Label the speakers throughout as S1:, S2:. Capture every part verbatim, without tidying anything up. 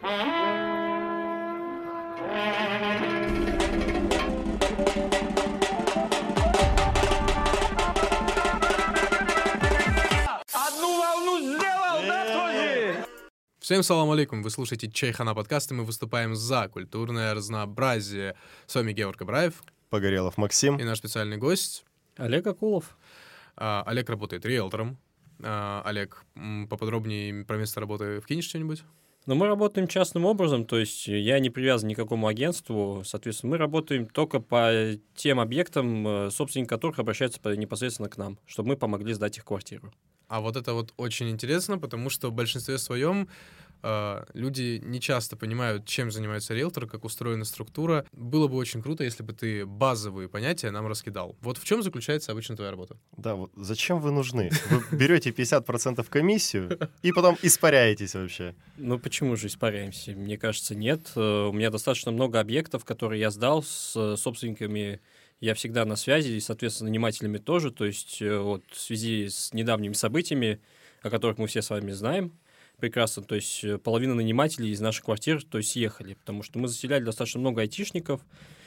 S1: Всем салам алейкум, вы слушаете Чайхана подкаст, и мы выступаем за культурное разнообразие. С вами Георг Ибраев,
S2: Погорелов Максим
S1: и наш специальный гость
S3: Олег Акулов.
S1: А, Олег работает риэлтором. А, Олег, поподробнее про место работы вкинешь что-нибудь?
S3: Но мы работаем частным образом, то есть я не привязан ни к какому агентству, соответственно, мы работаем только по тем объектам, собственники которых обращаются непосредственно к нам, чтобы мы помогли сдать их квартиру.
S1: А вот это вот очень интересно, потому что в большинстве своем э, люди не часто понимают, чем занимается риэлтор, как устроена структура. Было бы очень круто, если бы ты базовые понятия нам раскидал. Вот в чем заключается обычно твоя работа?
S2: Да, вот зачем вы нужны? Вы берете пятьдесят процентов комиссию и потом испаряетесь вообще.
S3: Ну почему же испаряемся? Мне кажется, нет. У меня достаточно много объектов, которые я сдал с собственниками. Я всегда на связи, и, соответственно, нанимателями тоже. То есть вот, в связи с недавними событиями, о которых мы все с вами знаем прекрасно, то есть половина нанимателей из наших квартир то есть, съехали, потому что мы заселяли достаточно много айтишников,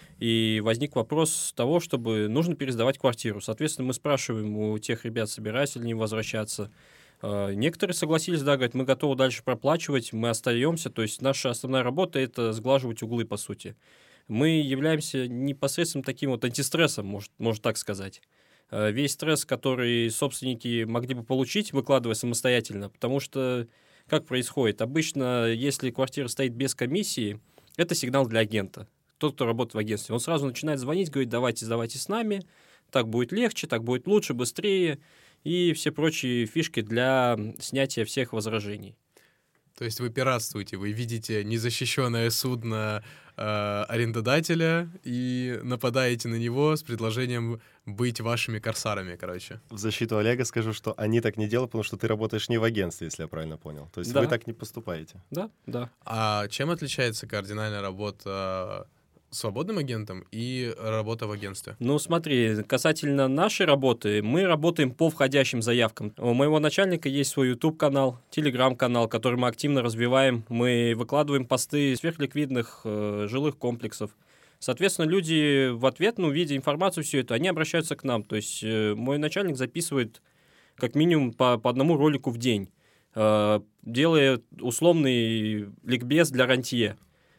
S3: и возник вопрос того, чтобы нужно пересдавать квартиру. Соответственно, мы спрашиваем у тех ребят, собираются ли они возвращаться. Некоторые согласились, да, говорят, мы готовы дальше проплачивать, мы остаемся. То есть наша основная работа – это сглаживать углы, по сути. Мы являемся непосредственно таким вот антистрессом, может, можно так сказать. Весь стресс, который собственники могли бы получить, выкладывая самостоятельно, потому что как происходит? Обычно, если квартира стоит без комиссии, это сигнал для агента. Тот, кто работает в агентстве, он сразу начинает звонить, говорит, давайте, давайте с нами, так будет легче, так будет лучше, быстрее, и все прочие фишки для снятия всех возражений.
S1: То есть вы пиратствуете, вы видите незащищенное судно э, арендодателя и нападаете на него с предложением быть вашими корсарами, короче.
S2: В защиту Олега скажу, что они так не делают, потому что ты работаешь не в агентстве, если я правильно понял. То есть
S3: да.
S2: Вы так не поступаете.
S3: Да, да.
S1: А чем отличается кардинальная работа свободным агентом и работа в агентстве?
S3: Ну, смотри, касательно нашей работы, мы работаем по входящим заявкам. У моего начальника есть свой YouTube-канал, Telegram-канал, который мы активно развиваем. Мы выкладываем посты сверхликвидных э, жилых комплексов. Соответственно, люди в ответ, ну, видя информацию всю эту, они обращаются к нам. То есть э, мой начальник записывает как минимум по, по одному ролику в день, э, делая условный ликбез для рантье.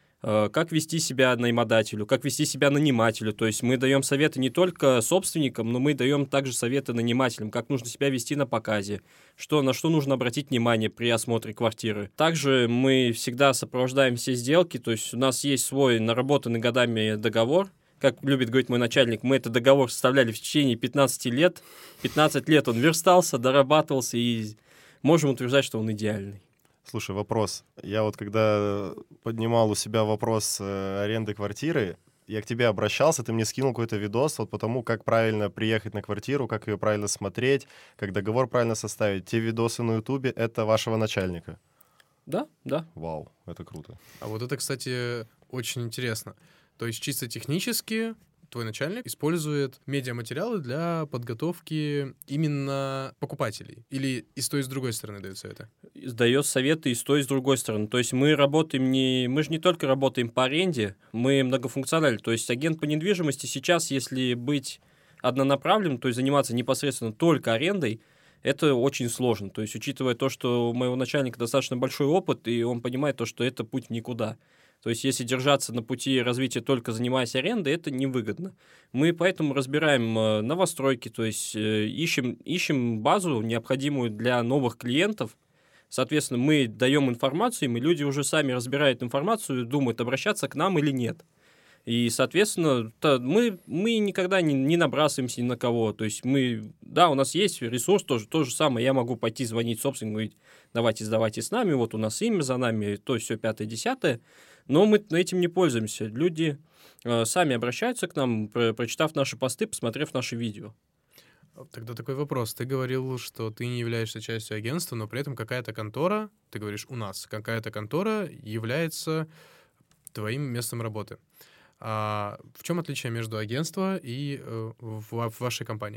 S3: Как вести себя наимодателю, как вести себя нанимателю. То есть мы даем советы не только собственникам, но мы даем также советы нанимателям, как нужно себя вести на показе, что, на что нужно обратить внимание при осмотре квартиры. Также мы всегда сопровождаем все сделки, то есть у нас есть свой наработанный годами договор. Как любит говорить мой начальник, мы этот договор составляли в течение пятнадцати лет. пятнадцать лет он верстался, дорабатывался, и можем утверждать, что он идеальный.
S2: Слушай, вопрос. Я вот когда поднимал у себя вопрос э, аренды квартиры, я к тебе обращался, ты мне скинул какой-то видос вот по тому, как правильно приехать на квартиру, как ее правильно смотреть, как договор правильно составить. Те видосы на Ютубе — это вашего начальника?
S3: Да, да.
S2: Вау, это круто.
S1: А вот это, кстати, очень интересно. То есть чисто технически твой начальник использует медиаматериалы для подготовки именно покупателей? Или и с той, и с другой стороны дают советы?
S3: Дает советы и с той, и с другой стороны. То есть мы работаем не... Мы же не только работаем по аренде, мы многофункциональны. То есть агент по недвижимости сейчас, если быть однонаправленным, то есть заниматься непосредственно только арендой, это очень сложно. То есть учитывая то, что у моего начальника достаточно большой опыт, и он понимает то, что это путь в никуда. То есть, если держаться на пути развития только занимаясь арендой, это невыгодно. Мы поэтому разбираем новостройки, то есть ищем, ищем базу, необходимую для новых клиентов. Соответственно, мы даем информацию, и люди уже сами разбирают информацию, думают, обращаться к нам или нет. И, соответственно, мы, мы никогда не, не набрасываемся ни на кого. То есть мы, да, у нас есть ресурс, то, то же самое. Я могу пойти звонить собственнику, говорить, давайте сдавайте с нами, вот у нас имя за нами, то все пятое-десятое. Но мы этим не пользуемся. Люди э, сами обращаются к нам, про, прочитав наши посты, посмотрев наши видео.
S1: Тогда такой вопрос. Ты говорил, что ты не являешься частью агентства, но при этом какая-то контора, ты говоришь «у нас», какая-то контора является твоим местом работы. А в чем отличие между агентством и э, в, в вашей компании?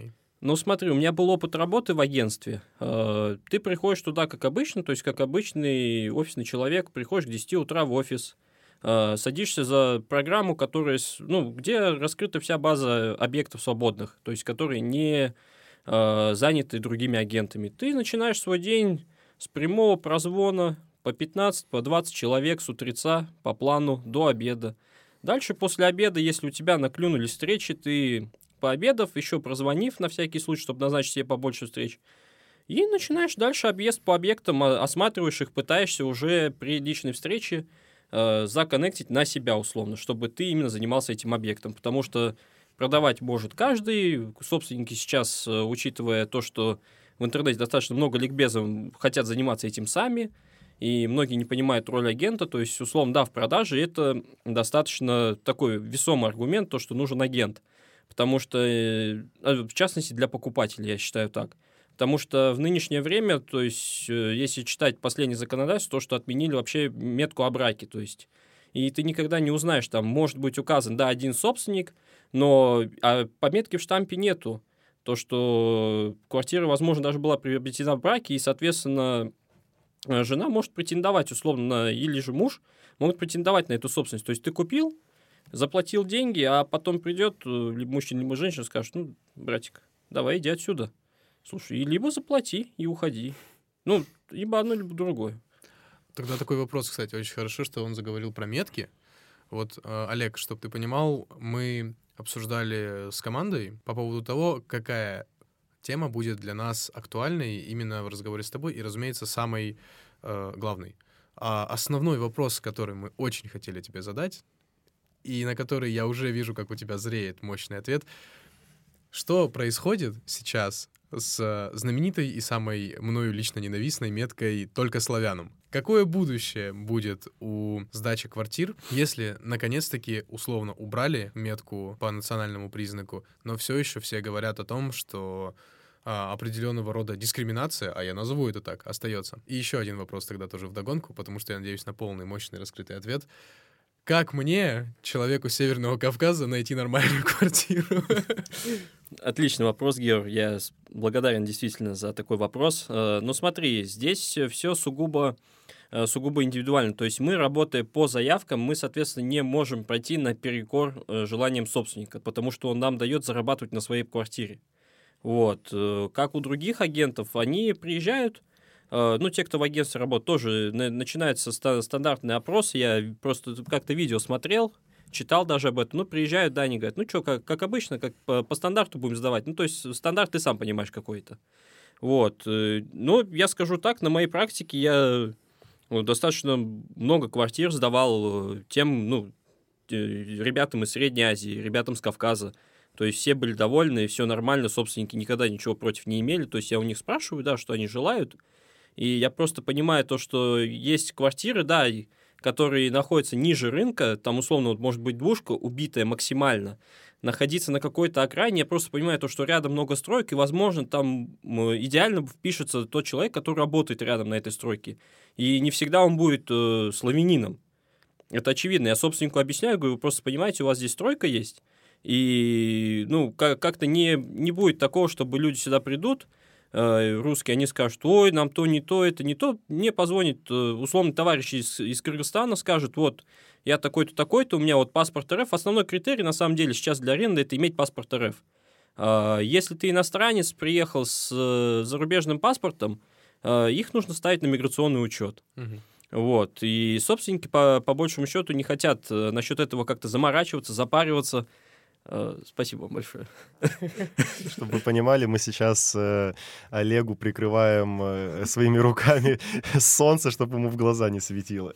S3: Ну, смотри, у меня был опыт работы в агентстве. Э, Ты приходишь туда как обычно, то есть как обычный офисный человек, приходишь к десяти утра в офис, э, садишься за программу, которая, с- ну, где раскрыта вся база объектов свободных, то есть которые не э, заняты другими агентами. Ты начинаешь свой день с прямого прозвона по пятнадцать, по двадцать человек с утреца по плану до обеда. Дальше после обеда, если у тебя наклюнулись встречи, ты пообедав, еще прозвонив на всякий случай, чтобы назначить себе побольше встреч, и начинаешь дальше объезд по объектам, а- осматриваешь их, пытаешься уже при личной встрече э, законнектить на себя условно, чтобы ты именно занимался этим объектом, потому что продавать может каждый, собственники сейчас, э, учитывая то, что в интернете достаточно много ликбезов, хотят заниматься этим сами, и многие не понимают роль агента, то есть, условно, да, в продаже это достаточно такой весомый аргумент, то, что нужен агент. Потому что, э, в частности, для покупателей, я считаю так. Потому что в нынешнее время, то есть, э, если читать последнее законодательство, то, что отменили вообще метку о браке, то есть, и ты никогда не узнаешь, там может быть указан, да, один собственник, но а пометки в штампе нету. То, что квартира, возможно, даже была приобретена в браке, и, соответственно, э, жена может претендовать, условно, на- или же муж могут претендовать на эту собственность. То есть, ты купил, заплатил деньги, а потом придет э, либо мужчина, либо женщина, скажет, ну, братик, давай иди отсюда. Слушай, и либо заплати и уходи. Ну, либо одно, либо другое.
S1: Тогда такой вопрос, кстати, очень хорошо, что он заговорил про метки. Вот, э, Олег, чтобы ты понимал, мы обсуждали с командой по поводу того, какая тема будет для нас актуальной именно в разговоре с тобой и, разумеется, самой э, главной. А основной вопрос, который мы очень хотели тебе задать, и на который я уже вижу, как у тебя зреет мощный ответ. Что происходит сейчас с знаменитой и самой мною лично ненавистной меткой «Только славянам»? Какое будущее будет у сдачи квартир, если наконец-таки условно убрали метку по национальному признаку, но все еще все говорят о том, что а, определенного рода дискриминация, а я назову это так, остается. И еще один вопрос тогда тоже вдогонку, потому что я надеюсь на полный, мощный, раскрытый ответ. Как мне, человеку Северного Кавказа, найти нормальную квартиру?
S3: Отличный вопрос, Георг. Я с- благодарен действительно за такой вопрос. Э, Но смотри, здесь все сугубо, э, сугубо индивидуально. То есть мы, работая по заявкам, мы, соответственно, не можем пройти наперекор э, желаниям собственника, потому что он нам дает зарабатывать на своей квартире. Вот. э, Как у других агентов, они приезжают, э, ну, те, кто в агентстве работает, тоже на- начинается ста- стандартный опрос. Я просто тут как-то видео смотрел, читал даже об этом. Ну, приезжают, да, они говорят, ну, что, как, как обычно, как по, по стандарту будем сдавать. Ну, то есть стандарт ты сам понимаешь какой-то. Вот. э, Ну, я скажу так, на моей практике я ну, достаточно много квартир сдавал э, тем, ну, э, ребятам из Средней Азии, ребятам с Кавказа. То есть все были довольны, все нормально, собственники никогда ничего против не имели. То есть я у них спрашиваю, да, что они желают. И я просто понимаю то, что есть квартиры, да, и- которые находятся ниже рынка, там, условно, вот, может быть, двушка убитая максимально, находиться на какой-то окраине, я просто понимаю то, что рядом много строек, и, возможно, там м, идеально впишется тот человек, который работает рядом на этой стройке. И не всегда он будет э, славянином. Это очевидно. Я собственнику объясняю, говорю, вы просто понимаете, у вас здесь стройка есть, и, ну, как- как-то не, не будет такого, чтобы люди сюда придут, э, русские, они скажут, ой, нам то не то, это не то. Мне позвонит э, условный товарищ из, из Кыргызстана, скажет, вот, я такой-то, такой-то, у меня вот паспорт эр эф. Основной критерий, на самом деле, сейчас для аренды, это иметь паспорт эр эф. А, Если ты иностранец, приехал с э, зарубежным паспортом, э, их нужно ставить на миграционный учет.
S1: Мгм.
S3: Вот. И собственники, по, по большему счету, не хотят э, насчет этого как-то заморачиваться, запариваться. Э, спасибо вам большое.
S2: Чтобы вы понимали, мы сейчас э, Олегу прикрываем э, своими руками солнце, чтобы ему в глаза не светило.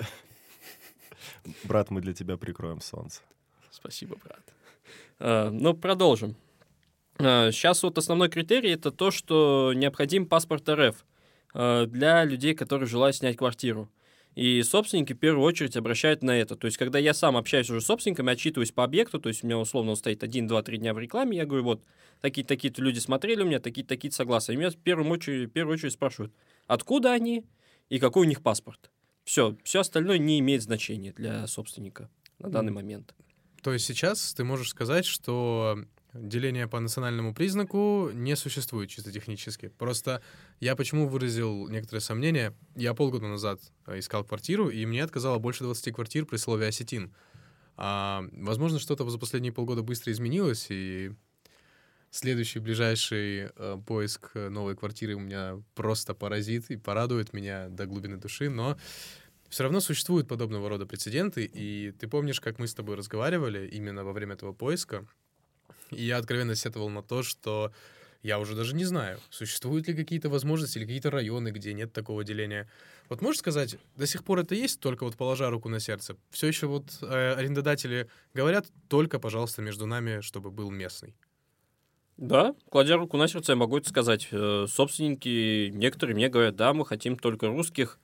S2: Брат, мы для тебя прикроем солнце.
S3: Спасибо, брат. Э, ну, продолжим. Э, сейчас вот основной критерий — это то, что необходим паспорт эр эф э, для людей, которые желают снять квартиру. И собственники в первую очередь обращают на это. То есть, когда я сам общаюсь уже с собственниками, отчитываюсь по объекту, то есть у меня условно он стоит один, два, три дня в рекламе, я говорю, вот, такие-то такие-то люди смотрели у меня, такие-то такие-то согласны. И меня в первую очередь, в первую очередь спрашивают, откуда они и какой у них паспорт. Все, все остальное не имеет значения для собственника на данный
S1: Мгм.
S3: момент.
S1: То есть сейчас ты можешь сказать, что Деление по национальному признаку не существует чисто технически. Просто я почему выразил некоторые сомнения. Я полгода назад искал квартиру, и мне отказало больше двадцати квартир при слове «осетин». А, возможно, что-то за последние полгода быстро изменилось, и следующий ближайший э, поиск новой квартиры у меня просто поразит и порадует меня до глубины души, но все равно существуют подобного рода прецеденты, и ты помнишь, как мы с тобой разговаривали именно во время этого поиска, и я откровенно сетовал на то, что я уже даже не знаю, существуют ли какие-то возможности или какие-то районы, где нет такого деления. Вот можешь сказать, до сих пор это есть, только вот положа руку на сердце? Все еще вот э, арендодатели говорят, только, пожалуйста, между нами, чтобы был местный.
S3: Да, кладя руку на сердце, я могу это сказать. Э, Собственники некоторые мне говорят, да, мы хотим только русских,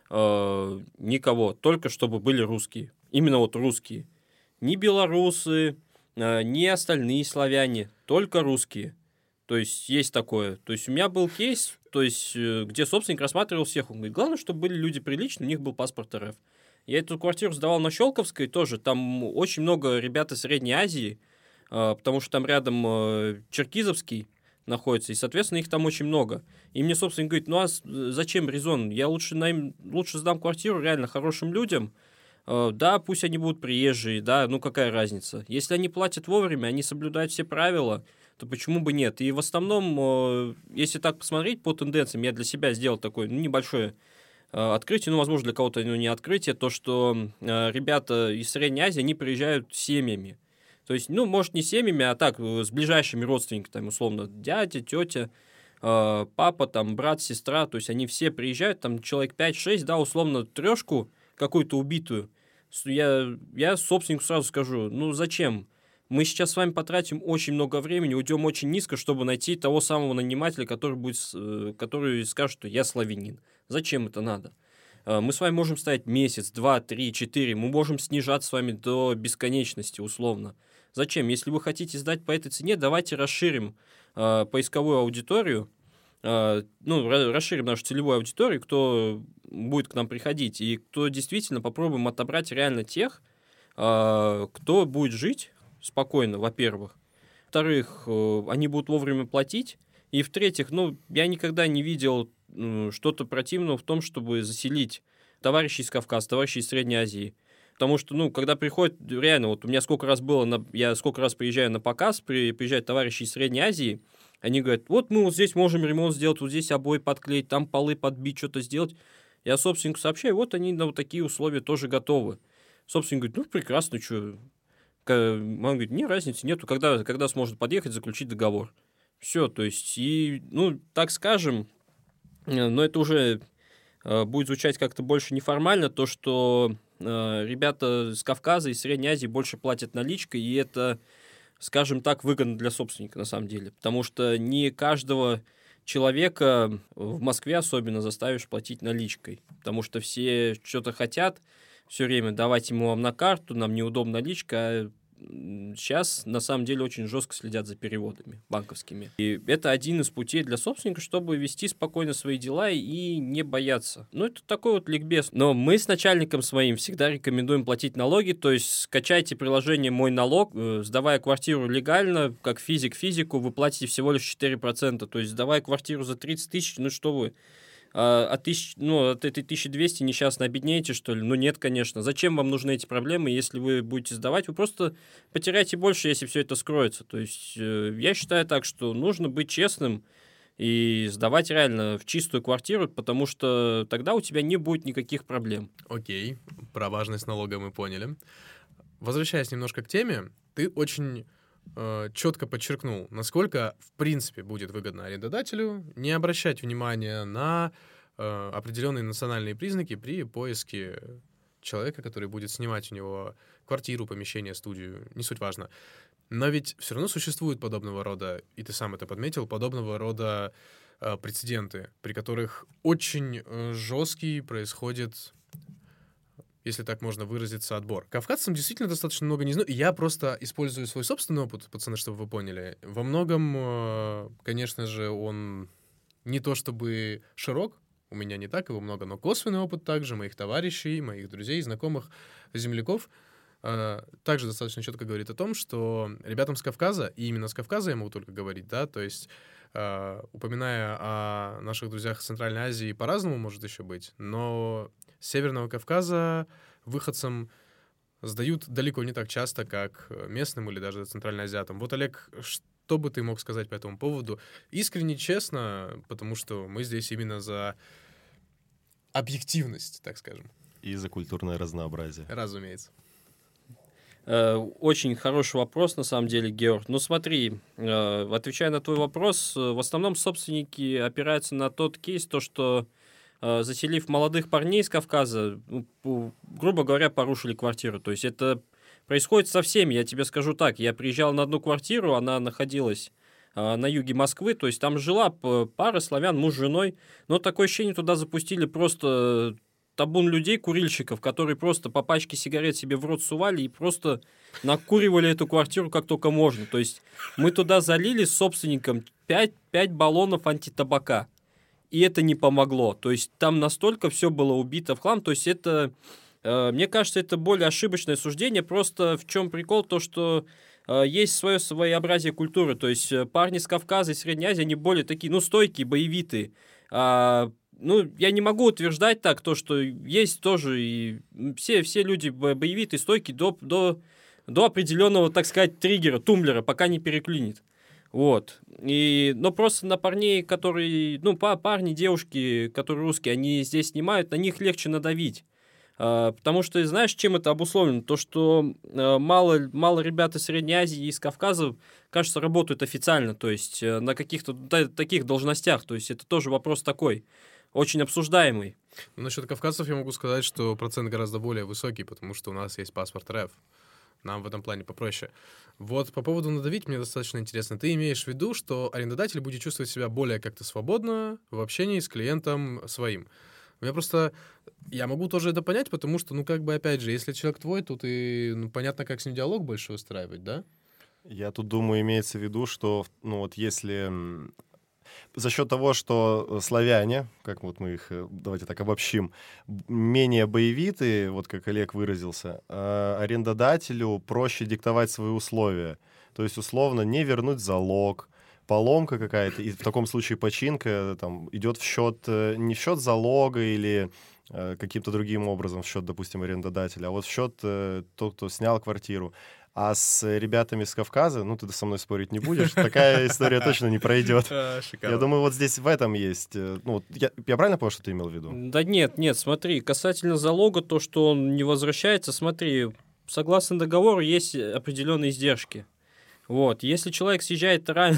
S3: э, никого, только чтобы были русские. Именно вот русские. Ни белорусы, э, ни остальные славяне, только русские. То есть есть такое. То есть у меня был кейс, то есть, э, где собственник рассматривал всех. Он говорит, главное, чтобы были люди приличные, у них был паспорт эр эф. Я эту квартиру сдавал на Щелковской тоже. Там очень много ребят из Средней Азии, э, потому что там рядом э, Черкизовский находится, и, соответственно, их там очень много. И мне собственник говорит, ну а зачем резон? Я лучше, найм... лучше сдам квартиру реально хорошим людям. Э, да, пусть они будут приезжие, да, ну какая разница. Если они платят вовремя, они соблюдают все правила, то почему бы нет? И в основном, если так посмотреть по тенденциям, я для себя сделал такое ну, небольшое открытие, ну, возможно, для кого-то ну, не открытие, то, что ребята из Средней Азии, они приезжают семьями. То есть, ну, может, не семьями, а так, с ближайшими родственниками, там, условно, дядя, тетя, папа, там, брат, сестра, то есть они все приезжают, там, человек пять-шесть, да, условно, трешку какую-то убитую. Я, я собственнику сразу скажу, ну, зачем? Мы сейчас с вами потратим очень много времени, уйдем очень низко, чтобы найти того самого нанимателя, который, будет, который скажет, что я славянин. Зачем это надо? Мы с вами можем стоять месяц, два, три, четыре, мы можем снижаться с вами до бесконечности условно. Зачем? Если вы хотите сдать по этой цене, давайте расширим э, поисковую аудиторию, э, ну, расширим нашу целевую аудиторию, кто будет к нам приходить, и кто действительно попробуем отобрать реально тех, э, кто будет жить спокойно, во-первых. Во-вторых, они будут вовремя платить. И в-третьих, ну, я никогда не видел ну, что-то противного в том, чтобы заселить товарищей из Кавказа, товарищей из Средней Азии. Потому что, ну, когда приходят, реально, вот у меня сколько раз было, на, я сколько раз приезжаю на показ, при, приезжают товарищи из Средней Азии, они говорят, вот мы вот здесь можем ремонт сделать, вот здесь обои подклеить, там полы подбить, что-то сделать. Я собственнику сообщаю, вот они на вот такие условия тоже готовы. Собственник говорит, ну, прекрасно, что... Он говорит, не, разницы нету, когда, когда сможет подъехать, заключить договор. Все, то есть, и, ну, так скажем, но это уже э, будет звучать как-то больше неформально, то, что э, ребята с Кавказа и Средней Азии больше платят наличкой, и это, скажем так, выгодно для собственника, на самом деле, потому что не каждого человека в Москве особенно заставишь платить наличкой, потому что все что-то хотят, все время давать ему вам на карту, нам неудобно наличка, а сейчас на самом деле очень жестко следят за переводами банковскими. И это один из путей для собственника, чтобы вести спокойно свои дела и не бояться. Ну, это такой вот ликбез. Но мы с начальником своим всегда рекомендуем платить налоги, то есть скачайте приложение «Мой налог», сдавая квартиру легально, как физик физику, вы платите всего лишь четыре процента. То есть сдавая квартиру за тридцать тысяч, ну что вы... А тысяч, ну, от этой тысячи двести несчастно обеднеете, что ли? Ну, нет, конечно. Зачем вам нужны эти проблемы, если вы будете сдавать? Вы просто потеряете больше, если все это скроется. То есть, э, я считаю так, что нужно быть честным и сдавать реально в чистую квартиру, потому что тогда у тебя не будет никаких проблем.
S1: Окей, про важность налога мы поняли. Возвращаясь немножко к теме, ты очень... четко подчеркнул, насколько, в принципе, будет выгодно арендодателю не обращать внимания на э, определенные национальные признаки при поиске человека, который будет снимать у него квартиру, помещение, студию, не суть важно. Но ведь все равно существуют подобного рода, и ты сам это подметил, подобного рода э, прецеденты, при которых очень э, жесткий происходит... если так можно выразиться, отбор. Кавказцам действительно достаточно много не знаю. Я просто использую свой собственный опыт, пацаны, чтобы вы поняли. Во многом, конечно же, он не то чтобы широк, у меня не так его много, но косвенный опыт также моих товарищей, моих друзей, знакомых, земляков. также достаточно четко говорит о том, что ребятам с Кавказа, и именно с Кавказа я могу только говорить, да, то есть упоминая о наших друзьях из Центральной Азии, по-разному может еще быть, но с Северного Кавказа выходцам сдают далеко не так часто, как местным или даже центральноазиатам. Вот, Олег, что бы ты мог сказать по этому поводу? Искренне, честно, потому что мы здесь именно за объективность, так скажем.
S2: И за культурное разнообразие.
S1: Разумеется.
S3: Очень хороший вопрос, на самом деле, Георг. Ну, смотри, отвечая на твой вопрос, в основном собственники опираются на тот кейс, то, что заселив молодых парней из Кавказа, грубо говоря, порушили квартиру. То есть это происходит со всеми. Я тебе скажу так, я приезжал на одну квартиру, она находилась на юге Москвы, то есть там жила пара славян, муж с женой, но такое ощущение, туда запустили просто табун людей, курильщиков, которые просто по пачке сигарет себе в рот сували и просто накуривали эту квартиру как только можно. То есть мы туда залили с собственником пять баллонов антитабака. И это не помогло. То есть там настолько все было убито в хлам. То есть это, э, мне кажется, это более ошибочное суждение. Просто в чем прикол? То, что э, есть свое своеобразие культуры. То есть парни с Кавказа и Средней Азии, они более такие, ну, стойкие, боевитые. А, ну, я не могу утверждать так, то, что есть тоже и все, все люди боевитые, стойкие до, до, до определенного, так сказать, триггера, тумблера, пока не переклинит. Вот. И, но просто на парней, которые, ну, парни, девушки, которые русские, они здесь снимают, на них легче надавить. А, потому что, знаешь, чем это обусловлено? То, что а, мало, мало ребят из Средней Азии и из Кавказа, кажется, работают официально, то есть на каких-то да, таких должностях. То есть это тоже вопрос такой, очень обсуждаемый.
S1: Ну, насчет кавказцев я могу сказать, что процент гораздо более высокий, потому что у нас есть паспорт РФ. Нам в этом плане попроще. Вот по поводу надавить мне достаточно интересно. Ты имеешь в виду, что арендодатель будет чувствовать себя более как-то свободно в общении с клиентом своим. У меня просто... Я могу тоже это понять, потому что, ну, как бы, опять же, если человек твой, то ты... Ну, понятно, как с ним диалог больше устраивать, да?
S2: Я тут думаю, имеется в виду, что, ну, вот если... За счет того, что славяне, как вот мы их, давайте так обобщим, менее боевитые, вот как Олег выразился, арендодателю проще диктовать свои условия. То есть, условно, не вернуть залог, поломка какая-то, и в таком случае починка там, идет в счет, не в счет залога или каким-то другим образом в счет, допустим, арендодателя, а вот в счет тот, кто снял квартиру. А с ребятами с Кавказа, ну, ты со мной спорить не будешь, такая история точно не пройдет. Я думаю, вот здесь в этом есть... Ну, я, я правильно понял, что ты имел в виду?
S3: Да нет, нет, смотри, касательно залога, то, что он не возвращается, смотри, согласно договору есть определенные издержки. Вот, если человек съезжает ранее...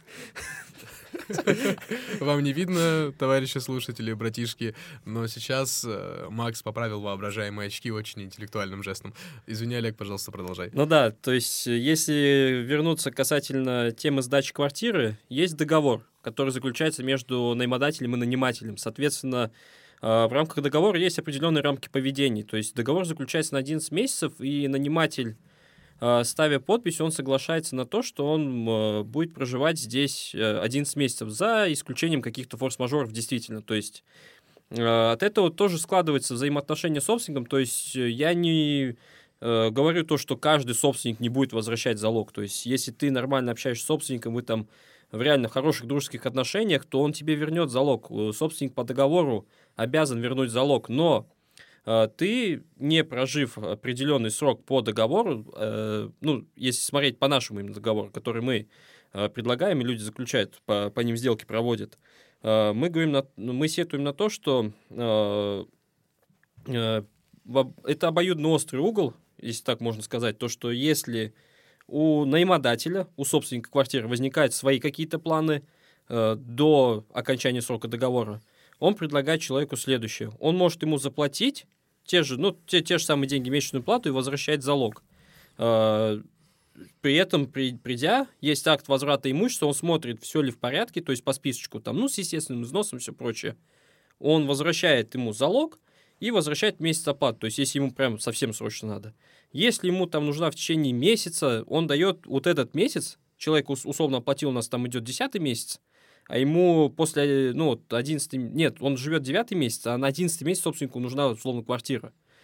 S1: Вам не видно, товарищи слушатели, братишки, но сейчас э, Макс поправил воображаемые очки очень интеллектуальным жестом. Извини, Олег, пожалуйста, продолжай.
S3: Ну да, то есть если вернуться касательно темы сдачи квартиры, есть договор, который заключается между наимодателем и нанимателем. Соответственно, э, в рамках договора есть определенные рамки поведения. То есть договор заключается на одиннадцать месяцев, и наниматель, ставя подпись, он соглашается на то, что он э, будет проживать здесь одиннадцать месяцев, за исключением каких-то форс-мажоров, действительно. То есть э, от этого тоже складывается взаимоотношение с собственником. То есть я не э, говорю то, что каждый собственник не будет возвращать залог. То есть если ты нормально общаешься с собственником, вы там в реально хороших дружеских отношениях, то он тебе вернет залог. Собственник по договору обязан вернуть залог, но ты, не прожив определенный срок по договору, э, ну, если смотреть по нашему именно договору, который мы э, предлагаем, и люди заключают, по, по ним сделки проводят, э, мы, говорим на, мы сетуем на то, что э, э, это обоюдно острый угол, если так можно сказать, то, что если у наимодателя, у собственника квартиры возникают свои какие-то планы э, до окончания срока договора, он предлагает человеку следующее. Он может ему заплатить те же, ну, те, те же самые деньги, месячную плату, и возвращать залог. При этом, при, придя, есть акт возврата имущества, он смотрит, все ли в порядке, то есть по списочку, там, ну, с естественным взносом, все прочее. Он возвращает ему залог и возвращает месяц оплаты, то есть если ему прям совсем срочно надо. Если ему там нужна в течение месяца, он дает вот этот месяц, человек условно оплатил, у нас там идет десятый месяц, а ему после, ну, одиннадцатый... Нет, он живет девятый месяц, а на одиннадцатый месяц собственнику нужна, условно, квартира.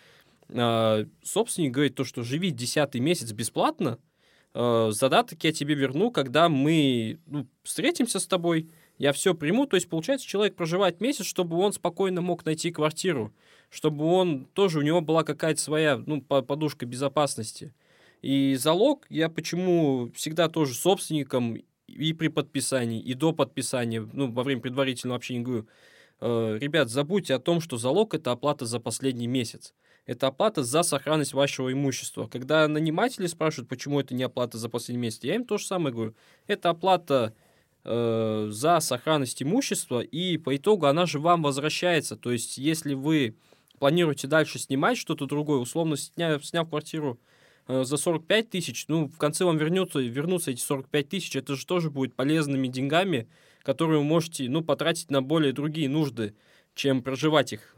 S3: э, собственник говорит то, что живи десятый месяц бесплатно, э, задаток я тебе верну, когда мы ну, встретимся с тобой, я все приму. То есть, получается, человек проживает месяц, чтобы он спокойно мог найти квартиру, чтобы он тоже, у него была какая-то своя ну, подушка безопасности. И залог я почему всегда тоже собственникам и при подписании, и до подписания, ну, во время предварительного общения говорю, э, ребят, забудьте о том, что залог – это оплата за последний месяц. Это оплата за сохранность вашего имущества. Когда наниматели спрашивают, почему это не оплата за последний месяц, я им то же самое говорю. Это оплата э, за сохранность имущества, и по итогу она же вам возвращается. То есть, если вы планируете дальше снимать что-то другое, условно сняв, сняв квартиру э, за сорок пять тысяч, ну, в конце вам вернутся, вернутся эти сорок пять тысяч, это же тоже будет полезными деньгами, которые вы можете, ну, потратить на более другие нужды, чем проживать их.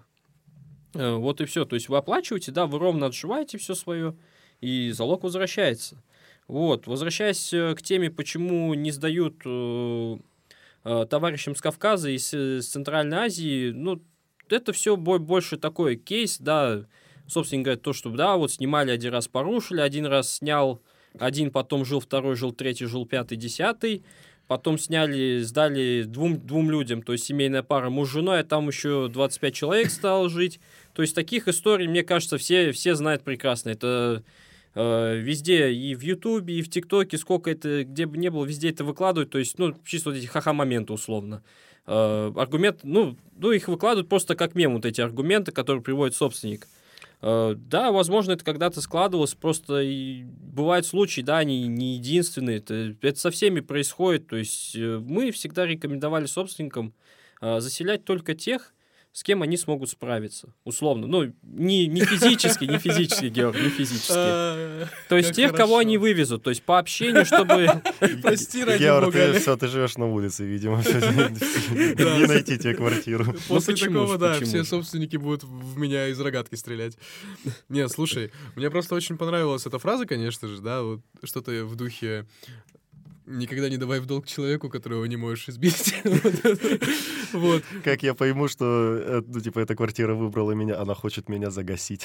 S3: Э, вот и все. То есть вы оплачиваете, да, вы ровно отживаете все свое, и залог возвращается. Вот. Возвращаясь к теме, почему не сдают э, э, товарищам с Кавказа и с, с Центральной Азии, ну, это все больше такой кейс, да, собственно говоря, то, что, да, вот снимали один раз, порушили, один раз снял, один потом жил, второй жил, третий жил, пятый, десятый, потом сняли, сдали двум, двум людям, то есть семейная пара, муж с женой, а там еще двадцать пять человек стало жить. То есть таких историй, мне кажется, все, все знают прекрасно. Это э, везде, и в Ютубе, и в ТикТоке, сколько это, где бы ни было, везде это выкладывают, то есть, ну, чисто вот эти ха-ха-моменты условно. Uh, аргумент, ну, ну, их выкладывают просто как мем, вот эти аргументы, которые приводит собственник. Uh, да, возможно, это когда-то складывалось, просто и бывают случаи, да, они не единственные, это, это со всеми происходит, то есть uh, мы всегда рекомендовали собственникам uh, заселять только тех, с кем они смогут справиться, условно. Ну, не, не физически, не физически, Георг, не физически. То есть тех, кого они вывезут, то есть по общению, чтобы...
S1: Прости, ради
S2: Георг,
S1: бога.
S2: ты все, ты живешь на улице, видимо. Не найти тебе квартиру.
S1: После такого, да, все собственники будут в меня из рогатки стрелять. Нет, слушай, мне просто очень понравилась эта фраза, конечно же, да, вот что-то в духе «никогда не давай в долг человеку, которого не можешь избить». Вот.
S2: Как я пойму, что, ну, типа, эта квартира выбрала меня, она хочет меня загасить.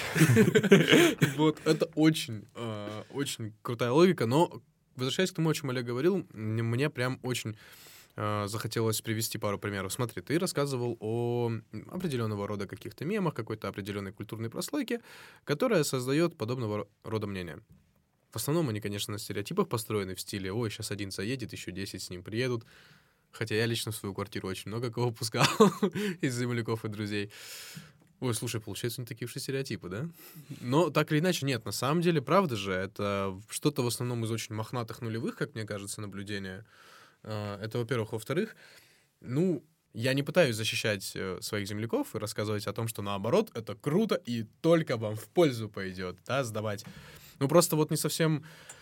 S1: Вот, это очень, очень крутая логика, но, возвращаясь к тому, о чем Олег говорил, мне прям очень захотелось привести пару примеров. Смотри, ты рассказывал о определенного рода каких-то мемах, какой-то определенной культурной прослойке, которая создает подобного рода мнения. В основном они, конечно, на стереотипах построены в стиле «Ой, сейчас один заедет, еще десять с ним приедут». Хотя я лично в свою квартиру очень много кого пускал из земляков и друзей. Ой, слушай, получается, не такие уж и стереотипы, да? Но так или иначе, нет, на самом деле, правда же, это что-то в основном из очень мохнатых нулевых, как мне кажется, наблюдения. Это, во-первых. Во-вторых, ну, я не пытаюсь защищать своих земляков и рассказывать о том, что наоборот, это круто и только вам в пользу пойдет, да, сдавать. Ну, просто вот не совсем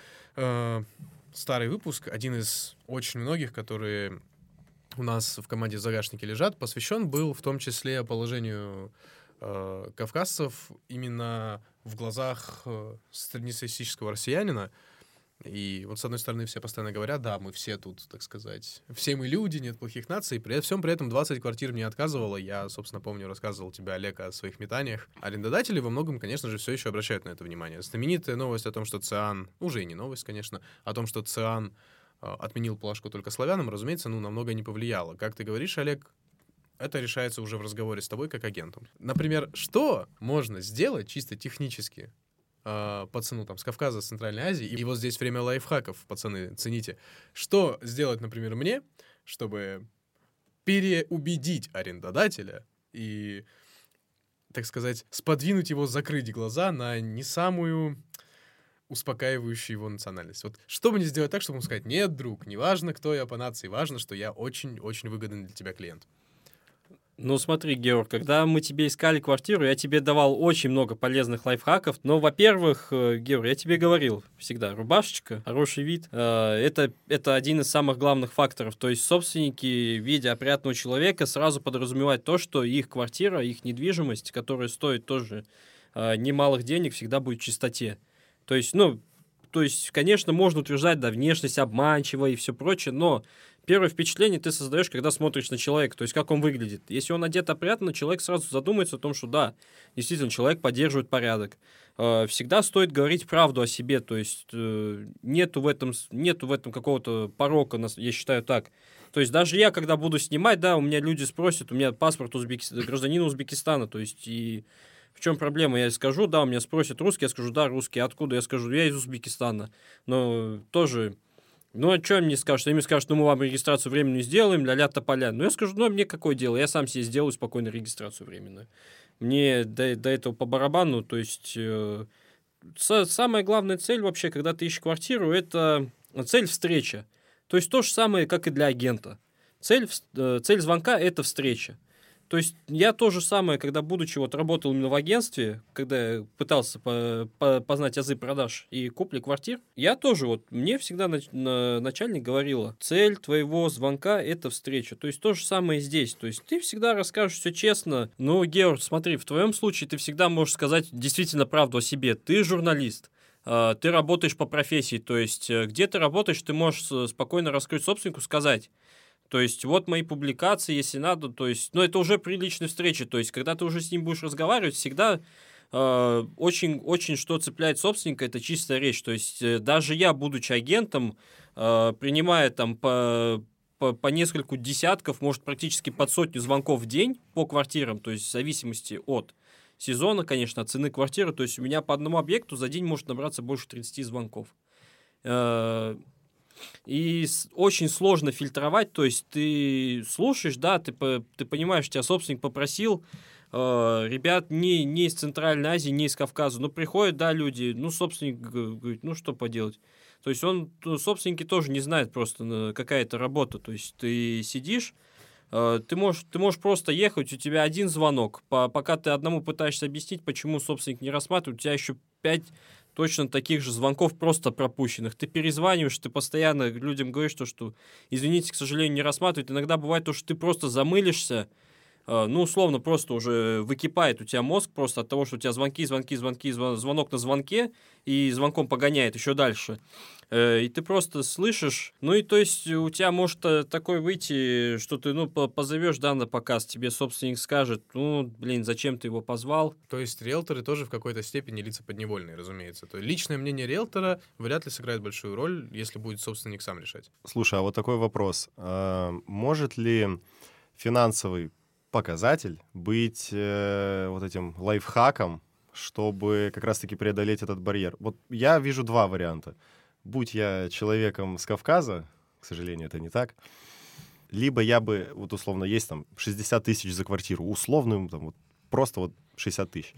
S1: э, старый выпуск, один из очень многих, которые у нас в команде в загашнике лежат, посвящен был в том числе положению э, кавказцев именно в глазах э, среднестатистического россиянина. И вот с одной стороны все постоянно говорят, да, мы все тут, так сказать, все мы люди, нет плохих наций. При всем при этом двадцать квартир мне отказывало. Я, собственно, помню, рассказывал тебе, Олег, о своих метаниях. Арендодатели во многом, конечно же, все еще обращают на это внимание. Знаменитая новость о том, что ЦИАН, уже и не новость, конечно, о том, что ЦИАН э, отменил плашку только славянам, разумеется, ну, намного не повлияло. Как ты говоришь, Олег, это решается уже в разговоре с тобой как агентом. Например, что можно сделать чисто технически пацану там с Кавказа, с Центральной Азии, и вот здесь время лайфхаков, пацаны, цените. Что сделать, например, мне, чтобы переубедить арендодателя и, так сказать, сподвинуть его закрыть глаза на не самую успокаивающую его национальность? Вот что мне сделать так, чтобы ему сказать: нет, друг, не важно, кто я по нации, важно, что я очень-очень выгодный для тебя клиент?
S3: Ну, смотри, Георг, когда мы тебе искали квартиру, я тебе давал очень много полезных лайфхаков. Но, во-первых, Георг, я тебе говорил всегда, рубашечка, хороший вид, это, это один из самых главных факторов. То есть собственники, видя опрятного человека, сразу подразумевают то, что их квартира, их недвижимость, которая стоит тоже немалых денег, всегда будет в чистоте. То есть, ну, то есть, конечно, можно утверждать, да, внешность обманчивая и все прочее, но первое впечатление ты создаешь, когда смотришь на человека, то есть как он выглядит. Если он одет опрятно, человек сразу задумается о том, что да, действительно, человек поддерживает порядок. Всегда стоит говорить правду о себе, то есть нету в этом, нету в этом какого-то порока, я считаю так. То есть даже я, когда буду снимать, да, у меня люди спросят, у меня паспорт Узбекистана, гражданина Узбекистана, то есть и в чем проблема? Я скажу, да, у меня спросят русский, я скажу, да, русский, откуда? Я скажу, я из Узбекистана. Но тоже, ну, а что мне скажут? Они мне скажут, ну, мы вам регистрацию временную сделаем, ля-ля тополя. Ну, я скажу, ну, мне какое дело? Я сам себе сделаю спокойно регистрацию временную. Мне до, до этого по барабану, то есть э, с, самая главная цель вообще, когда ты ищешь квартиру, это цель встреча. То есть то же самое, как и для агента. Цель, э, цель звонка – это встреча. То есть я то же самое, когда, будучи, вот, работал именно в агентстве, когда я пытался по, по, познать азы продаж и купли квартир, я тоже, вот, мне всегда нач, на, начальник говорила, цель твоего звонка – это встреча. То есть то же самое здесь. То есть ты всегда расскажешь все честно. Ну, Георг, смотри, в твоем случае ты всегда можешь сказать действительно правду о себе. Ты журналист. Ты работаешь по профессии. То есть где ты работаешь, ты можешь спокойно раскрыть собственнику, сказать, то есть вот мои публикации, если надо, то есть, ну, это уже при личной встрече, то есть, когда ты уже с ним будешь разговаривать, всегда э, очень, очень что цепляет собственника, это чистая речь, то есть, э, даже я, будучи агентом, э, принимая там по, по, по нескольку десятков, может, практически под сотню звонков в день по квартирам, то есть, в зависимости от сезона, конечно, от цены квартиры, то есть, у меня по одному объекту за день может набраться больше тридцати звонков. Э, И очень сложно фильтровать, то есть ты слушаешь, да, ты, ты понимаешь, тебя собственник попросил, э, ребят не, не из Центральной Азии, не из Кавказа, но приходят, да, люди, ну, собственник говорит, ну, что поделать. То есть он, собственники тоже не знают просто, какая это работа, то есть ты сидишь, э, ты, можешь, ты можешь просто ехать, у тебя один звонок, по, пока ты одному пытаешься объяснить, почему собственник не рассматривает, у тебя еще пять точно таких же звонков просто пропущенных. Ты перезваниваешь, ты постоянно людям говоришь, то, что, извините, к сожалению, не рассматривают. Иногда бывает то, что ты просто замылишься, э, ну, условно, просто уже выкипает у тебя мозг просто от того, что у тебя звонки, звонки, звонки, звон, звонок на звонке, и звонком погоняет еще дальше. Э, и ты просто слышишь, ну, и то есть у тебя может такое выйти, что ты, ну, позовешь, да, на показ, тебе собственник скажет, ну, блин, зачем ты его позвал?
S1: То есть риэлторы тоже в какой-то степени лица подневольные, разумеется. То есть личное мнение риэлтора вряд ли сыграет большую роль, если будет собственник сам решать.
S2: Слушай, а вот такой вопрос. А, может ли финансовый показатель быть э, вот этим лайфхаком, чтобы как раз-таки преодолеть этот барьер? Вот я вижу два варианта. Будь я человеком с Кавказа, к сожалению, это не так, либо я бы, вот условно, есть там шестьдесят тысяч за квартиру, условную, там, вот, просто вот шестьдесят тысяч.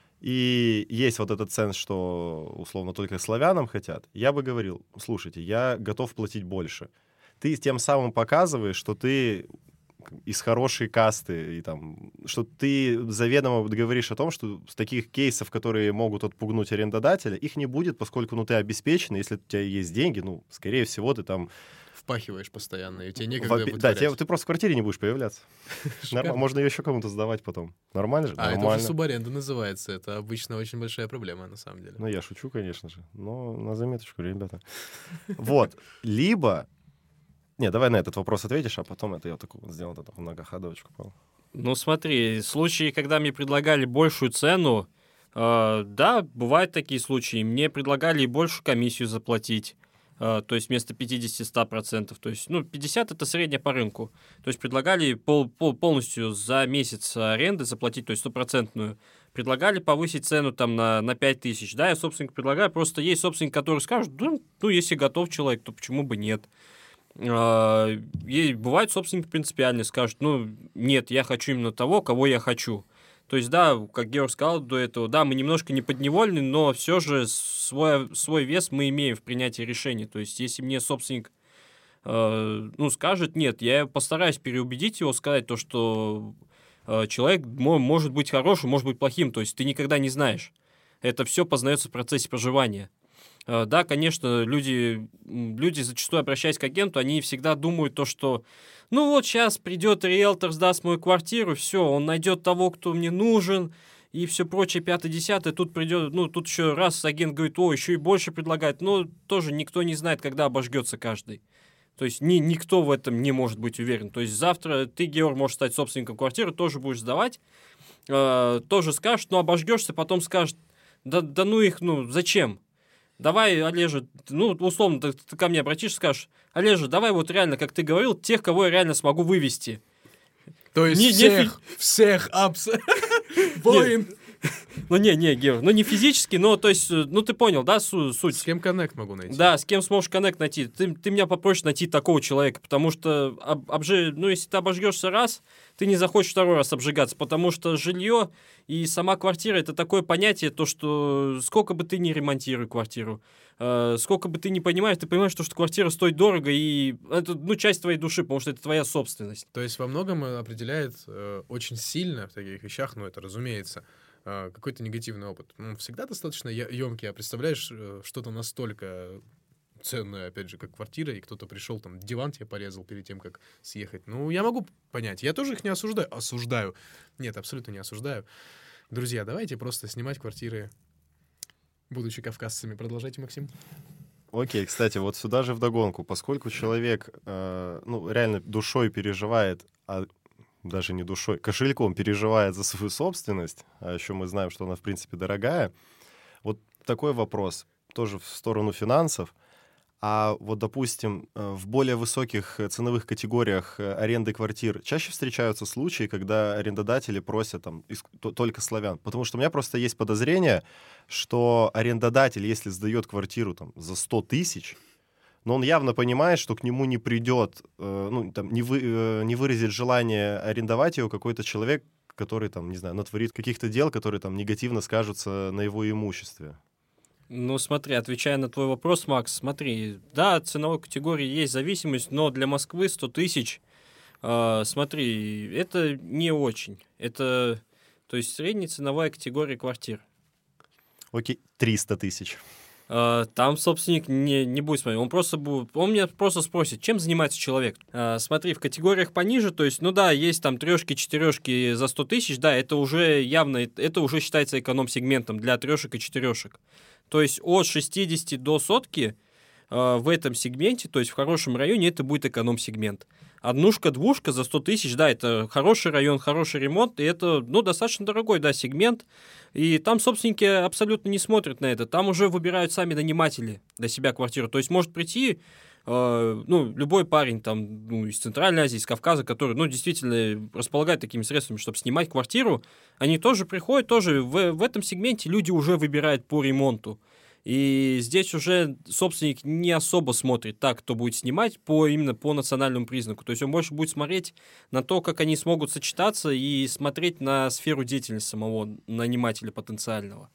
S2: И есть вот этот ценз, что условно только славянам хотят. Я бы говорил, слушайте, я готов платить больше. Ты тем самым показываешь, что ты из хорошей касты, и там, что ты заведомо говоришь о том, что с таких кейсов, которые могут отпугнуть арендодателя, их не будет, поскольку ну, ты обеспечен, если у тебя есть деньги, ну, скорее всего, ты там...
S1: Впахиваешь постоянно, и тебе некогда
S2: Во... Да, тебе, ты просто в квартире не будешь появляться. Нормально. Можно ее еще кому-то сдавать потом. Нормально же?
S1: А,
S2: Нормально.
S1: это уже субаренда называется. Это обычно очень большая проблема, на самом деле.
S2: Ну, я шучу, конечно же. Но на заметочку, ребята. Вот. Либо... Не, давай на этот вопрос ответишь, а потом это я такую вот сделал, такую многоходовочку, Павел.
S3: Ну, смотри, случаи, когда мне предлагали большую цену, э, да, бывают такие случаи. Мне предлагали и большую комиссию заплатить, э, то есть вместо пятьдесят-сто процентов. То есть, ну, пятьдесят это средняя по рынку. То есть предлагали пол, пол, полностью за месяц аренды заплатить, то есть стопроцентную. Предлагали повысить цену там на, на пять тысяч. Да, я собственнику предлагаю, просто есть собственник, который скажет, ну, ну, если готов человек, то почему бы нет. И бывают собственники принципиальные, скажут, ну, нет, я хочу именно того, кого я хочу. То есть, да, как Георг сказал до этого, да, мы немножко не подневольны, но все же свой, свой вес мы имеем в принятии решений. То есть, если мне собственник, э, ну, скажет, нет, я постараюсь переубедить его, сказать то, что э, человек может быть хорошим, может быть плохим, то есть, ты никогда не знаешь. Это все познается в процессе проживания. Да, конечно, люди, люди зачастую, обращаясь к агенту, они всегда думают то, что ну вот сейчас придет риэлтор, сдаст мою квартиру, все, он найдет того, кто мне нужен, и все прочее, пятое-десятое, тут придет, ну, тут еще раз агент говорит, о, еще и больше предлагает, но тоже никто не знает, когда обожгется каждый. То есть ни, никто в этом не может быть уверен. То есть завтра ты, Георг, можешь стать собственником квартиры, тоже будешь сдавать, э, тоже скажешь, но обожгешься, потом скажешь, да, да ну их, ну зачем? Давай, Олежа, ну, условно, ты, ты ко мне обратишься, скажешь, Олежа, давай вот реально, как ты говорил, тех, кого я реально смогу вывести.
S1: То есть
S3: Не- не
S1: всех,
S3: фи-
S1: всех, абс... воин.
S3: Ну, не, не, Георг, ну, не физически, но, то есть, э, ну, ты понял, да, су- суть?
S1: С кем коннект могу найти?
S3: Да, с кем сможешь коннект найти. Ты, ты меня попросишь найти такого человека, потому что об, обжи... ну, если ты обожгешься раз, ты не захочешь второй раз обжигаться, потому что жилье и сама квартира — это такое понятие, то, что сколько бы ты ни ремонтируй квартиру, э, сколько бы ты ни понимаешь, ты понимаешь, то, что квартира стоит дорого, и это, ну, часть твоей души, потому что это твоя собственность.
S1: То есть во многом э, определяет э, очень сильно в таких вещах, ну это разумеется, э, какой-то негативный опыт. Ну, всегда достаточно емкий, а представляешь, э, что-то настолько ценное, опять же, как квартира, и кто-то пришел, там, диван тебе порезал перед тем, как съехать. Ну, я могу понять. Я тоже их не осуждаю. Осуждаю. Нет, абсолютно не осуждаю. Друзья, давайте просто снимать квартиры, будучи кавказцами. Продолжайте, Максим.
S2: Окей, кстати, вот сюда же вдогонку, поскольку человек, э, ну, реально душой переживает, а даже не душой, кошельком переживает за свою собственность, а еще мы знаем, что она, в принципе, дорогая, вот такой вопрос, тоже в сторону финансов. А вот, допустим, э, в более высоких э, ценовых категориях э, аренды квартир чаще встречаются случаи, когда арендодатели просят там ис- то- только славян. Потому что у меня просто есть подозрение, что арендодатель, если сдает квартиру там за сто тысяч, но он явно понимает, что к нему не придет, э, ну, там, не, вы, э, не выразит желание арендовать его какой-то человек, который, там, не знаю, натворит каких-то дел, которые там негативно скажутся на его имуществе.
S3: Ну, смотри, отвечая на твой вопрос, Макс, смотри, да, от ценовой категории есть зависимость, но для Москвы сто тысяч, э, смотри, это не очень. Это, то есть, средняя ценовая категория квартир.
S2: Окей, триста тысяч.
S3: Э, там собственник не, не будет смотреть, он просто будет, он меня просто спросит, чем занимается человек. Э, смотри, в категориях пониже, то есть, ну да, есть там трешки, четырешки за сто тысяч, да, это уже явно, это уже считается эконом-сегментом для трешек и четырешек. То есть от шестидесяти до сотки э, в этом сегменте, то есть в хорошем районе, это будет эконом-сегмент. Однушка, двушка за сто тысяч, да, это хороший район, хороший ремонт, и это, ну, достаточно дорогой, да, сегмент. И там собственники абсолютно не смотрят на это. Там уже выбирают сами наниматели для себя квартиру. То есть может прийти, э, ну, любой парень там, ну, из Центральной Азии, из Кавказа, который, ну, действительно располагает такими средствами, чтобы снимать квартиру, они тоже приходят, тоже в, в этом сегменте люди уже выбирают по ремонту. И здесь уже собственник не особо смотрит так, кто будет снимать, по, именно по национальному признаку. То есть он больше будет смотреть на то, как они смогут сочетаться, и смотреть на сферу деятельности самого нанимателя потенциального.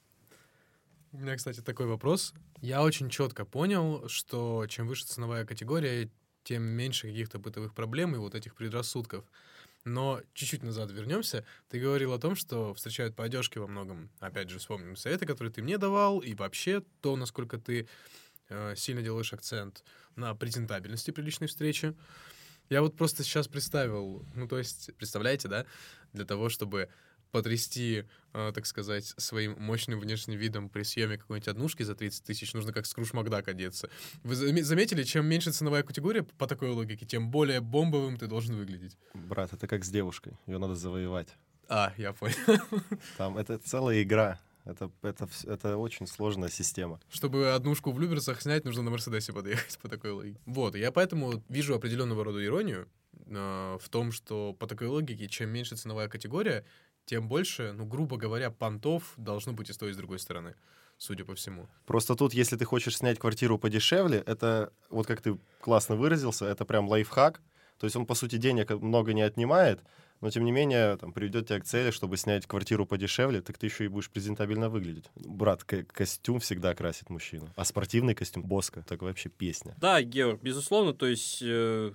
S1: У меня, кстати, такой вопрос. Я очень четко понял, что чем выше ценовая категория, тем меньше каких-то бытовых проблем и вот этих предрассудков. Но чуть-чуть назад вернемся. Ты говорил о том, что встречают по одежке во многом. Опять же, вспомним советы, которые ты мне давал, и вообще то, насколько ты э, сильно делаешь акцент на презентабельности при личной встрече. Я вот просто сейчас представил, ну, то есть, представляете, да, для того, чтобы потрясти, э, так сказать, своим мощным внешним видом при съеме какой-нибудь однушки за тридцать тысяч, нужно как Скрудж Макдак одеться. Вы заме- заметили, чем меньше ценовая категория по такой логике, тем более бомбовым ты должен выглядеть?
S2: Брат, это как с девушкой. Ее надо завоевать.
S1: А, я понял.
S2: Там это целая игра. Это, это, вс- это очень сложная система.
S1: Чтобы однушку в Люберцах снять, нужно на Мерседесе подъехать по такой логике. Вот, и я поэтому вижу определенного рода иронию э, в том, что по такой логике, чем меньше ценовая категория, тем больше, ну, грубо говоря, понтов должно быть и с той, и с другой стороны, судя по всему.
S2: Просто тут, если ты хочешь снять квартиру подешевле, это, вот как ты классно выразился, это прям лайфхак. То есть он, по сути, денег много не отнимает, но, тем не менее, там, приведет тебя к цели, чтобы снять квартиру подешевле, так ты еще и будешь презентабельно выглядеть. Брат, к- костюм всегда красит мужчину. А спортивный костюм — боска. Так вообще песня.
S3: Да, Георг, безусловно, то есть э,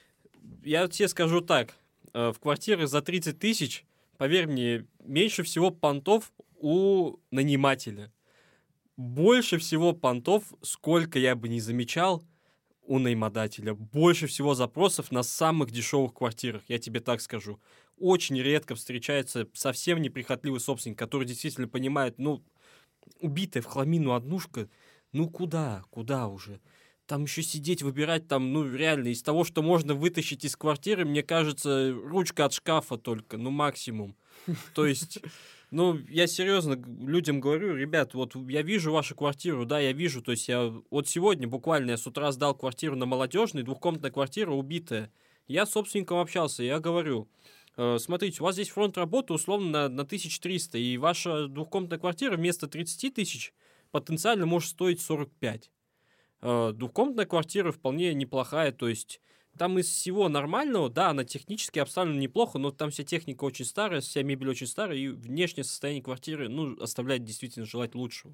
S3: я тебе скажу так, э, в квартирах за тридцать тысяч, поверь мне, меньше всего понтов у нанимателя. Больше всего понтов, сколько я бы не замечал, у наймодателя. Больше всего запросов на самых дешевых квартирах, я тебе так скажу. Очень редко встречается совсем неприхотливый собственник, который действительно понимает, ну, убитая в хламину однушка, ну куда, куда уже? там еще сидеть, выбирать там, ну, реально, из того, что можно вытащить из квартиры, мне кажется, ручка от шкафа только, ну, максимум. То есть, ну, я серьезно людям говорю, ребят, вот я вижу вашу квартиру, да, я вижу, то есть я вот сегодня буквально я с утра сдал квартиру на Молодежной, двухкомнатная квартира убитая. Я с собственником общался, я говорю, э, смотрите, у вас здесь фронт работы условно на, на тысяча триста, и ваша двухкомнатная квартира вместо тридцать тысяч потенциально может стоить сорок пять. Э, двухкомнатная квартира вполне неплохая, то есть там из всего нормального, да, она технически обставлена неплохо, но там вся техника очень старая, вся мебель очень старая, и внешнее состояние квартиры, ну, оставляет действительно желать лучшего.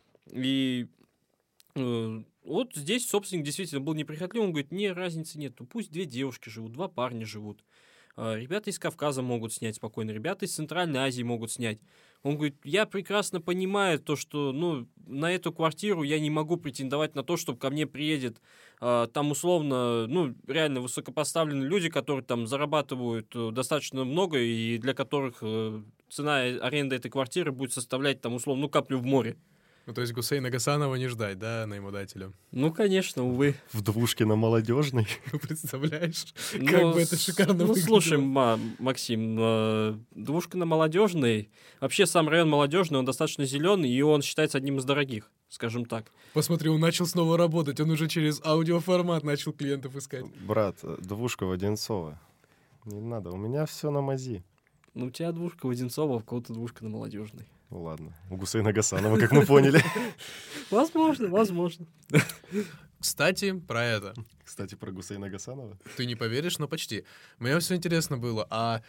S3: И э, вот здесь собственник действительно был неприхотливый, он говорит, не, разницы нет, пусть две девушки живут, два парня живут. Э, ребята из Кавказа могут снять спокойно, ребята из Центральной Азии могут снять. Он говорит, я прекрасно понимаю то, что, ну, на эту квартиру я не могу претендовать на то, чтобы ко мне приедет э, там условно, ну, реально высокопоставленные люди, которые там зарабатывают э, достаточно много и для которых э, цена аренды этой квартиры будет составлять там условно, ну, каплю в море.
S1: Ну, то есть Гусейна Гасанова не ждать, да, наймодателю?
S3: Ну, конечно, увы.
S2: В двушке на Молодежной.
S1: Ну, представляешь,
S3: Ну,
S1: как бы это шикарно
S3: Ну,
S1: выглядело.
S3: слушай, Ма- Максим, э, двушка на Молодежной, вообще сам район Молодежный, он достаточно зеленый, и он считается одним из дорогих, скажем так.
S1: Посмотри, он начал снова работать, он уже через аудиоформат начал клиентов искать.
S2: Брат, двушка в Одинцово. Не надо, у меня все на мази.
S3: Ну, у тебя двушка в Одинцово, а у кого-то двушка на Молодежной.
S2: Ну ладно, у Гусейна Гасанова, как мы поняли.
S3: Возможно, возможно.
S1: Кстати, про это.
S2: Кстати, про Гусейна Гасанова.
S1: Ты не поверишь, но почти. Мне все интересно было, а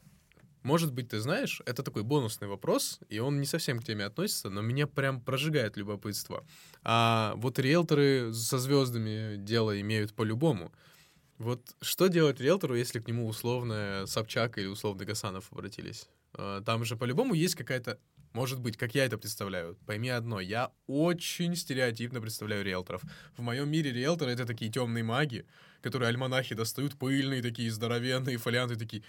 S1: может быть, ты знаешь, это такой бонусный вопрос, и он не совсем к теме относится, но меня прям прожигает любопытство. А вот риэлторы со звездами дело имеют по-любому. Вот что делать риэлтору, если к нему условно Собчак или условно Гасанов обратились? А, Там же по-любому есть какая-то, может быть, как я это представляю. Пойми одно, я очень стереотипно представляю риэлторов. В моем мире риэлторы — это такие темные маги, которые альманахи достают, пыльные такие, здоровенные, фолианты такие.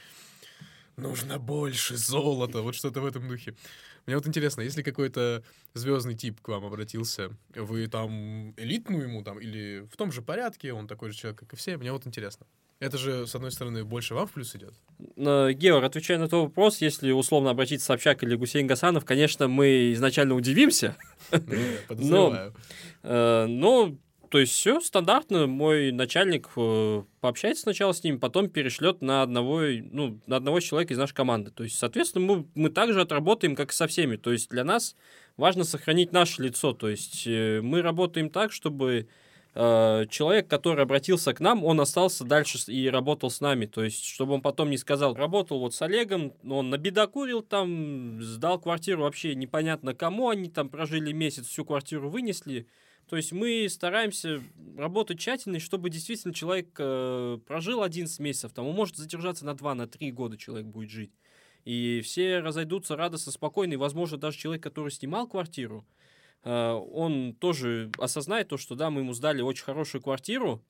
S1: Нужно больше золота, вот что-то в этом духе. Мне вот интересно, если какой-то звездный тип к вам обратился, вы там элитную ему там или в том же порядке, он такой же человек, как и все, мне вот интересно. Это же, с одной стороны, больше вам в плюс идет.
S3: Но, Георг, отвечая на твой вопрос, если условно обратиться Собчак или Гусейн Гасанов, конечно, мы изначально удивимся.
S1: Ну, я подозреваю.
S3: Э, Но, то есть все стандартно, мой начальник э, пообщается сначала с ним, потом перешлет на одного, ну, на одного человека из нашей команды. То есть, соответственно, мы, мы также отработаем, как и со всеми. То есть для нас важно сохранить наше лицо. То есть э, мы работаем так, чтобы э, человек, который обратился к нам, он остался дальше и работал с нами. То есть чтобы он потом не сказал, работал вот с Олегом, он набедокурил там, сдал квартиру вообще непонятно кому, они там прожили месяц, всю квартиру вынесли. То есть мы стараемся работать тщательно, чтобы действительно человек э, прожил одиннадцать месяцев, там он может задержаться на два, на три года человек будет жить. И все разойдутся радостно, спокойно. И, возможно, даже человек, который снимал квартиру, э, он тоже осознает то, что да, мы ему сдали очень хорошую квартиру.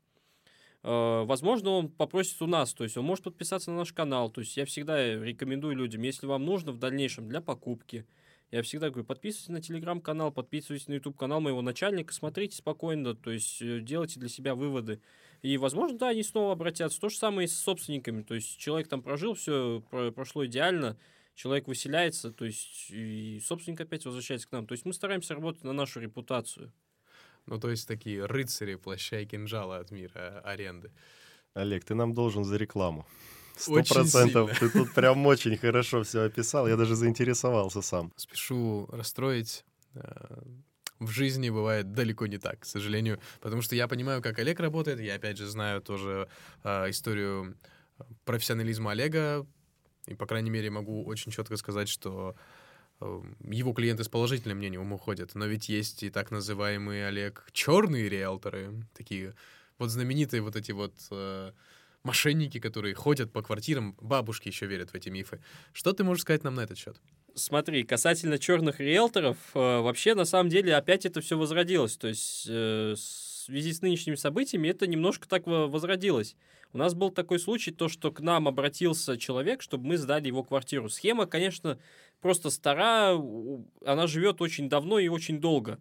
S3: Э, возможно, он попросит у нас, то есть он может подписаться на наш канал. То есть я всегда рекомендую людям, если вам нужно в дальнейшем для покупки, я всегда говорю, подписывайтесь на телеграм-канал, подписывайтесь на ютуб-канал моего начальника, смотрите спокойно, то есть делайте для себя выводы. И, возможно, да, они снова обратятся. То же самое и с собственниками. То есть человек там прожил, все прошло идеально, человек выселяется, то есть и собственник опять возвращается к нам. То есть мы стараемся работать на нашу репутацию.
S1: Ну, то есть такие рыцари плаща и кинжала от мира аренды.
S2: Олег, ты нам должен за рекламу. Сто
S1: Очень
S2: процентов.
S1: сильно.
S2: Ты тут прям очень хорошо все описал. Я даже заинтересовался сам.
S1: Спешу расстроить. э, В жизни бывает далеко не так, к сожалению. Потому что я понимаю, как Олег работает. Я, опять же, знаю тоже э, историю профессионализма Олега. И, по крайней мере, могу очень четко сказать, что э, его клиенты с положительным мнением уходят. Но ведь есть и так называемые, Олег, черные риэлторы. Такие вот знаменитые вот эти вот... э, мошенники, которые ходят по квартирам, бабушки еще верят в эти мифы. Что ты можешь сказать нам на этот счет?
S3: Смотри, касательно черных риэлторов, э, вообще, на самом деле, опять это все возродилось. То есть, э, в связи с нынешними событиями это немножко так возродилось. У нас был такой случай, то, что к нам обратился человек, чтобы мы сдали его квартиру. Схема, конечно, просто стара, она живет очень давно и очень долго.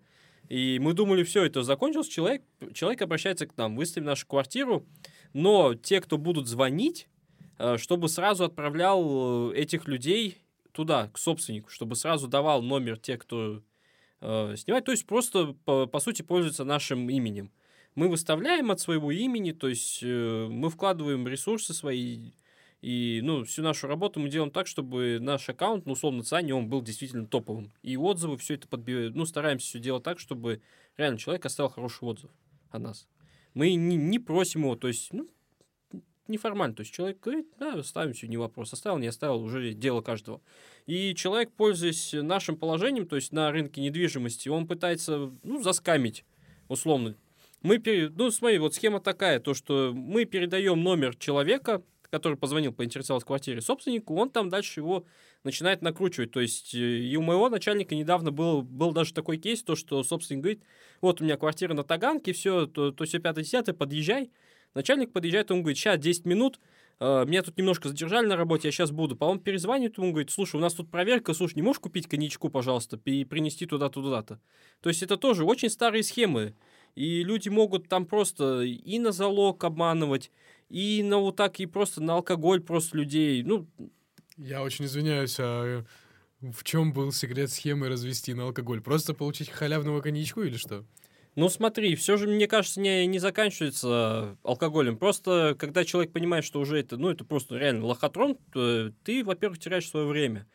S3: И мы думали, все, это закончилось, человек, человек обращается к нам, выставим нашу квартиру, но те, кто будут звонить, чтобы сразу отправлял этих людей туда, к собственнику, чтобы сразу давал номер тех, кто э, снимает, то есть просто, по, по сути, пользуется нашим именем. Мы выставляем от своего имени, то есть э, мы вкладываем ресурсы свои, и ну, всю нашу работу мы делаем так, чтобы наш аккаунт, ну, условно, Цани, он был действительно топовым. И отзывы, все это подбивают, ну, стараемся все делать так, чтобы реально человек оставил хороший отзыв о нас. Мы не, не просим его, то есть, ну, неформально, то есть человек говорит, да, ставим все, не вопрос, оставил, не оставил, уже дело каждого. И человек, пользуясь нашим положением, то есть на рынке недвижимости, он пытается, ну, заскамить, условно. Мы, пере... ну, смотри, вот схема такая, то, что мы передаем номер человека, который позвонил, поинтересовался в квартире собственнику, он там дальше его начинает накручивать. То есть и у моего начальника недавно был, был даже такой кейс, то, что собственник говорит, вот у меня квартира на Таганке, все, то, то все пятое-десятое, подъезжай. Начальник подъезжает, он говорит, сейчас десять минут, э, меня тут немножко задержали на работе, я сейчас буду. По-моему, перезванивает ему, говорит, слушай, у нас тут проверка, слушай, не можешь купить коньячку, пожалуйста, и принести туда-то, туда-то. То есть это тоже очень старые схемы, и люди могут там просто и на залог обманывать, и на вот так, и просто на алкоголь просто людей, ну...
S1: Я очень извиняюсь, а в чем был секрет схемы развести на алкоголь? Просто получить халявного коньячку или что?
S3: Ну, смотри, все же, мне кажется, не, не заканчивается алкоголем. Просто, когда человек понимает, что уже это, ну, это просто реально лохотрон, то ты, во-первых, теряешь свое время.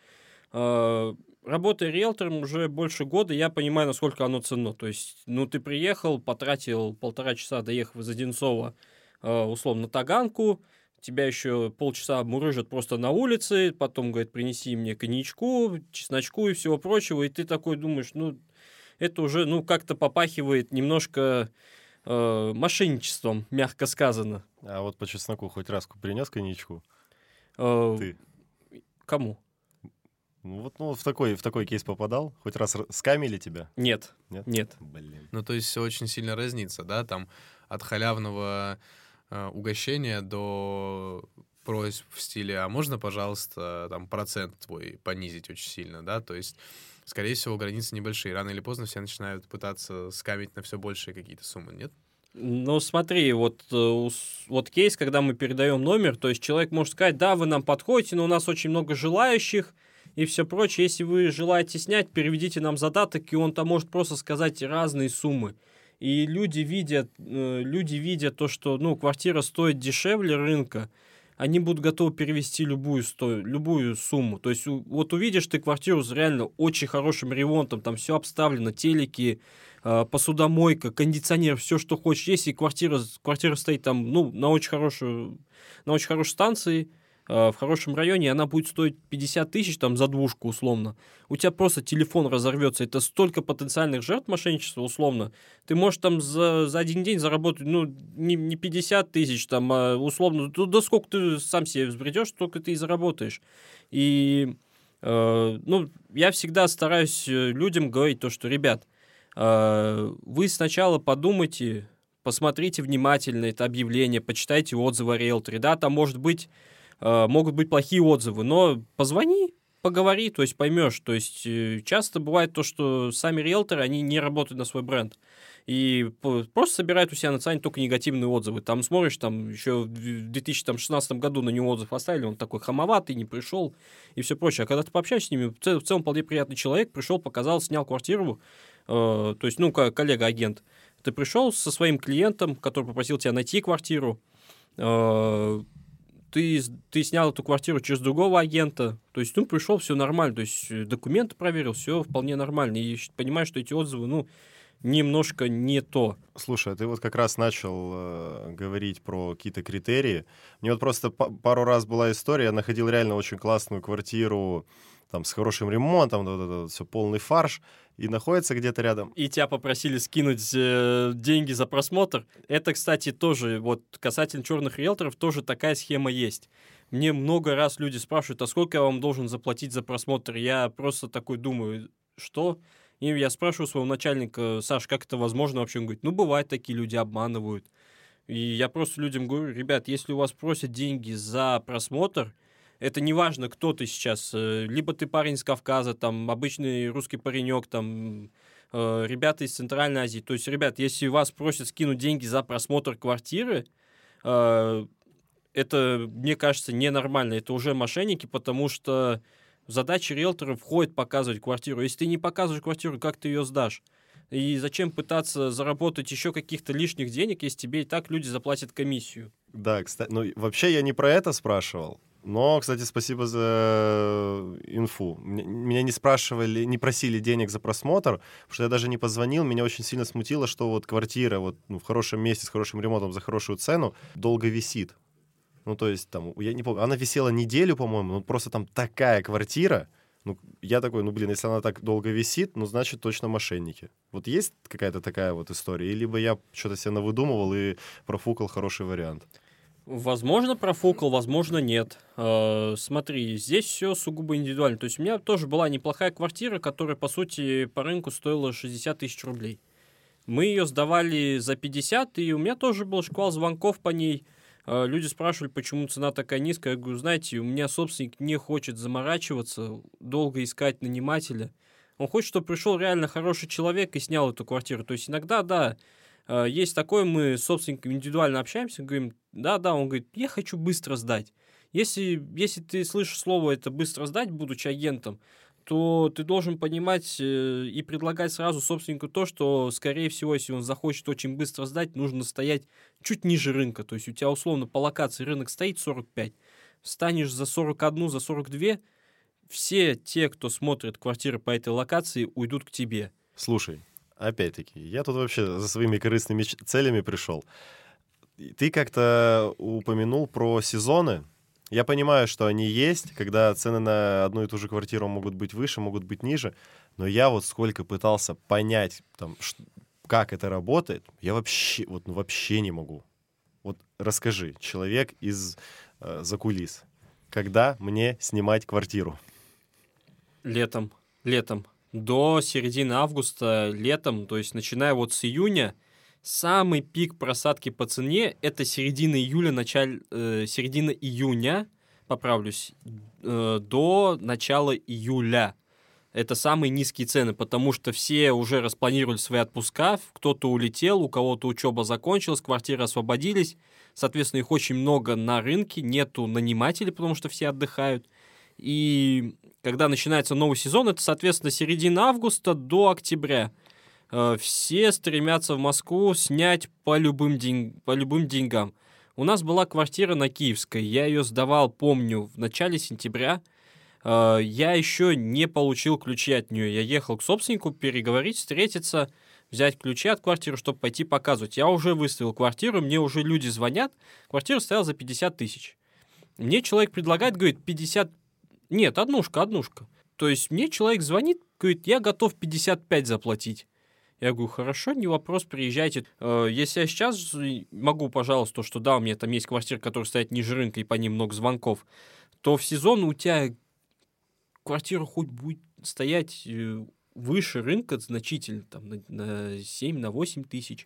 S3: Работая риэлтором уже больше года, я понимаю, насколько оно ценно. То есть, ну, ты приехал, потратил полтора часа, доехав из Одинцова, условно, на Таганку, тебя еще полчаса мурыжат просто на улице, потом, говорит, принеси мне коньячку, чесночку и всего прочего, и ты такой думаешь, ну... это уже, ну, как-то попахивает немножко э, мошенничеством, мягко сказано.
S2: А вот по чесноку хоть раз принес коньячку?
S3: Э,
S2: Ты?
S3: Кому?
S2: Ну, вот ну, в, такой, в такой кейс попадал? Хоть раз скамили тебя?
S3: Нет.
S2: Нет?
S3: Нет.
S2: Блин.
S1: Ну, то есть все очень сильно разнится, да, там от халявного э, угощения до просьб в стиле, а можно, пожалуйста, там процент твой понизить очень сильно, да, то есть скорее всего, границы небольшие. Рано или поздно все начинают пытаться скамить на все большие какие-то суммы, нет?
S3: Ну, смотри, вот, вот кейс, когда мы передаем номер, то есть человек может сказать, да, вы нам подходите, но у нас очень много желающих и все прочее. Если вы желаете снять, переведите нам задаток, и он там может просто сказать разные суммы. И люди видят, люди видят то, что ну, квартира стоит дешевле рынка, они будут готовы перевести любую, сто... любую сумму. То есть вот увидишь ты квартиру с реально очень хорошим ремонтом, там все обставлено, телеки, э, посудомойка, кондиционер, все, что хочешь. Если квартира, квартира стоит там, ну, на очень хорошую, на очень хорошей станции, э, в хорошем районе, и она будет стоить пятьдесят тысяч там за двушку условно, у тебя просто телефон разорвется. Это столько потенциальных жертв мошенничества условно. Ты можешь там за, за один день заработать, ну, не, не пятьдесят тысяч, там, а условно, да, да сколько ты сам себе взбредешь, столько ты и заработаешь. И, э, ну, я всегда стараюсь людям говорить то, что, ребят, э, вы сначала подумайте, посмотрите внимательно это объявление, почитайте отзывы о риэлторе, да, там может быть, э, могут быть плохие отзывы, но позвони, поговори, то есть поймешь. То есть часто бывает то, что сами риэлторы, они не работают на свой бренд. И просто собирают у себя на Цане только негативные отзывы. Там смотришь, там еще в две тысячи шестнастом году на него отзыв оставили, он такой хамоватый, не пришел и все прочее. А когда ты пообщаешься с ними, в целом вполне приятный человек, пришел, показал, снял квартиру, э, то есть, ну, коллега-агент. Ты пришел со своим клиентом, который попросил тебя найти квартиру, э, Ты, ты снял эту квартиру через другого агента, то есть, ну, пришел, все нормально, то есть, документы проверил, все вполне нормально, и понимаешь, что эти отзывы, ну, немножко не то.
S2: Слушай, а ты вот как раз начал э, говорить про какие-то критерии. Мне вот просто п- пару раз была история, я находил реально очень классную квартиру, там, с хорошим ремонтом, вот это вот, все полный фарш, и находится где-то рядом.
S3: И тебя попросили скинуть э, деньги за просмотр. Это, кстати, тоже, вот касательно черных риэлторов, тоже такая схема есть. Мне много раз люди спрашивают, а сколько я вам должен заплатить за просмотр? Я просто такой думаю, что? И я спрашиваю своего начальника, Саш, как это возможно вообще? Он говорит, ну, бывает, такие люди обманывают. И я просто людям говорю, ребят, если у вас просят деньги за просмотр, Это не важно, кто ты сейчас. э, Либо ты парень из Кавказа, там, обычный русский паренек, там, э, ребята из Центральной Азии. То есть, ребят, если вас просят скинуть деньги за просмотр квартиры, э, это, мне кажется, ненормально. Это уже мошенники, потому что в задачи риэлтора входит показывать квартиру. Если ты не показываешь квартиру, как ты ее сдашь? И зачем пытаться заработать еще каких-то лишних денег, если тебе и так люди заплатят комиссию?
S2: Да, кстати, ну вообще я не про это спрашивал. Но, кстати, спасибо за инфу. М- Меня не спрашивали, не просили денег за просмотр, потому что я даже не позвонил. Меня очень сильно смутило, что вот квартира вот, ну, в хорошем месте, с хорошим ремонтом, за хорошую цену, долго висит. Ну, то есть, там, я не помню, она висела неделю, по-моему, ну, просто там такая квартира. Ну, я такой, ну, блин, если она так долго висит, ну, значит, точно мошенники. Вот есть какая-то такая вот история? И либо я что-то себе навыдумывал и профукал хороший вариант.
S3: Возможно, профукал, возможно, нет. Э, смотри, здесь все сугубо индивидуально. То есть у меня тоже была неплохая квартира, которая, по сути, по рынку стоила шестьдесят тысяч рублей. Мы ее сдавали за пятьдесят, и у меня тоже был шквал звонков по ней. Э, Люди спрашивали, почему цена такая низкая. Я говорю, знаете, у меня собственник не хочет заморачиваться, долго искать нанимателя. Он хочет, чтобы пришел реально хороший человек и снял эту квартиру. То есть иногда, да, э, есть такое, мы с собственником индивидуально общаемся, говорим, да-да, он говорит, я хочу быстро сдать. Если, если ты слышишь слово это «быстро сдать», будучи агентом, то ты должен понимать э, и предлагать сразу собственнику то, что, скорее всего, если он захочет очень быстро сдать, нужно стоять чуть ниже рынка. То есть у тебя, условно, по локации рынок стоит сорок пять, встанешь за сорок один, за сорок два, все те, кто смотрит квартиры по этой локации, уйдут к тебе.
S2: Слушай, опять-таки, я тут вообще за своими корыстными ч- целями пришел. И Ты как-то упомянул про сезоны. Я понимаю, что они есть, когда цены на одну и ту же квартиру могут быть выше, могут быть ниже, но я вот сколько пытался понять, там, ш- как это работает, я вообще, вот, ну, вообще не могу. Вот расскажи, человек из э, закулис, когда мне снимать квартиру?
S3: Летом, летом. До середины августа, летом, то есть начиная вот с июня, самый пик просадки по цене — это середина июля, началь, э, середина июня, поправлюсь, э, до начала июля. Это самые низкие цены, потому что все уже распланировали свои отпуска, кто-то улетел, у кого-то учеба закончилась, квартиры освободились, соответственно, их очень много на рынке, нету нанимателей, потому что все отдыхают. И когда начинается новый сезон, это, соответственно, середина августа до октября. Э, Все стремятся в Москву снять по любым, день... по любым деньгам. У нас была квартира на Киевской, я ее сдавал, помню, в начале сентября. Э, Я еще не получил ключи от нее. Я ехал к собственнику переговорить, встретиться, взять ключи от квартиры, чтобы пойти показывать. Я уже выставил квартиру, мне уже люди звонят. Квартира стояла за пятьдесят тысяч. Мне человек предлагает, говорит, пятьдесят... Нет, однушка, однушка. То есть мне человек звонит, говорит, я готов пятьдесят пять заплатить. Я говорю, хорошо, не вопрос, приезжайте. Э, Если я сейчас могу, пожалуйста, то, что да, у меня там есть квартира, которая стоит ниже рынка, и по ним много звонков, то в сезон у тебя квартира хоть будет стоять э, выше рынка значительно, там, на, на семь, на восемь тысяч,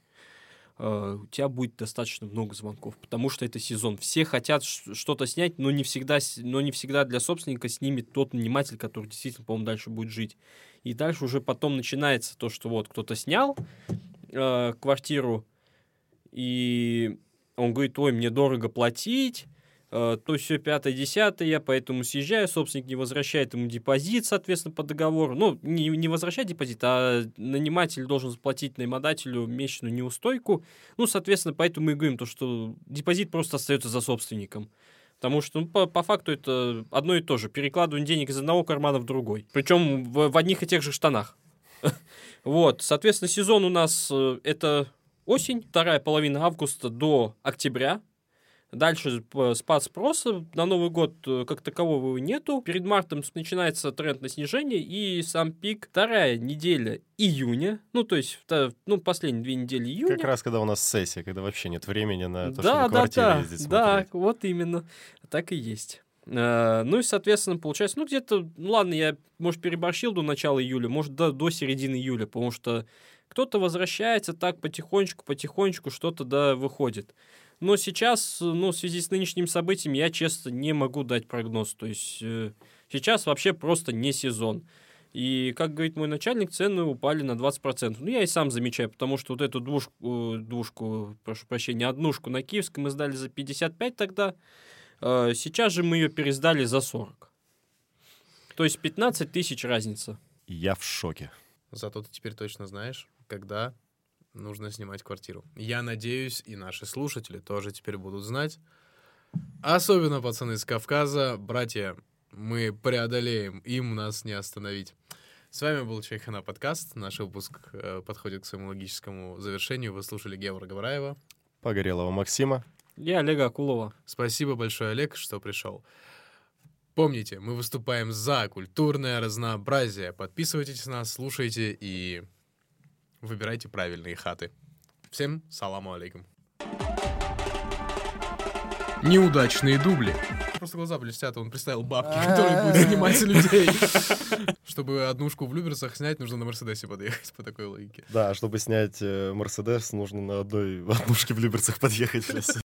S3: э, у тебя будет достаточно много звонков, потому что это сезон. Все хотят ш- что-то снять, но не всегда, с- но не всегда для собственника снимет тот наниматель, который действительно, по-моему, дальше будет жить. И дальше уже потом начинается то, что вот кто-то снял э, квартиру, и он говорит, ой, мне дорого платить, э, то все пятое, десятое, я поэтому съезжаю, собственник не возвращает ему депозит, соответственно, по договору. Ну, не, не возвращать депозит, а наниматель должен заплатить наимодателю месячную неустойку. Ну, соответственно, поэтому мы и говорим, то, что депозит просто остается за собственником. Потому что, ну, по, по факту это одно и то же. Перекладывание денег из одного кармана в другой. Причем в, в одних и тех же штанах. Вот, соответственно, сезон у нас э, это осень, вторая половина августа до октября. Дальше п- спад спроса, на Новый год э, как такового его нету. Перед мартом с- начинается тренд на снижение, и сам пик вторая неделя июня, ну, то есть, вта- ну, последние две недели июня.
S2: Как раз когда у нас сессия, когда вообще нет времени на то,
S3: Да,
S2: чтобы
S3: да,
S2: квартиры
S3: да,
S2: ездить
S3: да,
S2: смотреть.
S3: вот именно, так и есть. Э, Ну и, соответственно, получается, ну где-то, ну ладно, я, может, переборщил до начала июля, может, до, до середины июля, потому что кто-то возвращается так потихонечку, потихонечку, что-то, да, выходит. Но сейчас, ну, в связи с нынешними событиями, я, честно, не могу дать прогноз. То есть э, сейчас вообще просто не сезон. И, как говорит мой начальник, цены упали на двадцать процентов. Ну, я и сам замечаю, потому что вот эту двушку, двушку, прошу прощения, однушку на Киевской мы сдали за пятьдесят пять тогда. Э, сейчас же мы ее пересдали за сорок. То есть пятнадцать тысяч разница.
S2: Я в шоке.
S1: Зато ты теперь точно знаешь, когда нужно снимать квартиру. Я надеюсь, и наши слушатели тоже теперь будут знать. Особенно пацаны с Кавказа. Братья, мы преодолеем, им нас не остановить. С вами был Чайхана подкаст. Наш выпуск э, подходит к своему логическому завершению. Вы слушали Геворга Гавраева.
S2: Погорелого Максима.
S3: Я Олега Акулова.
S1: Спасибо большое, Олег, что пришел. Помните, мы выступаем за культурное разнообразие. Подписывайтесь на нас, слушайте и выбирайте правильные хаты. Всем саламу алейкум. Неудачные дубли. Просто глаза блестят, он представил бабки, которые будут занимать людей. Чтобы однушку в Люберцах снять, нужно на Мерседесе подъехать, по такой логике.
S2: Да, чтобы снять Мерседес, нужно на одной однушке в Люберцах подъехать.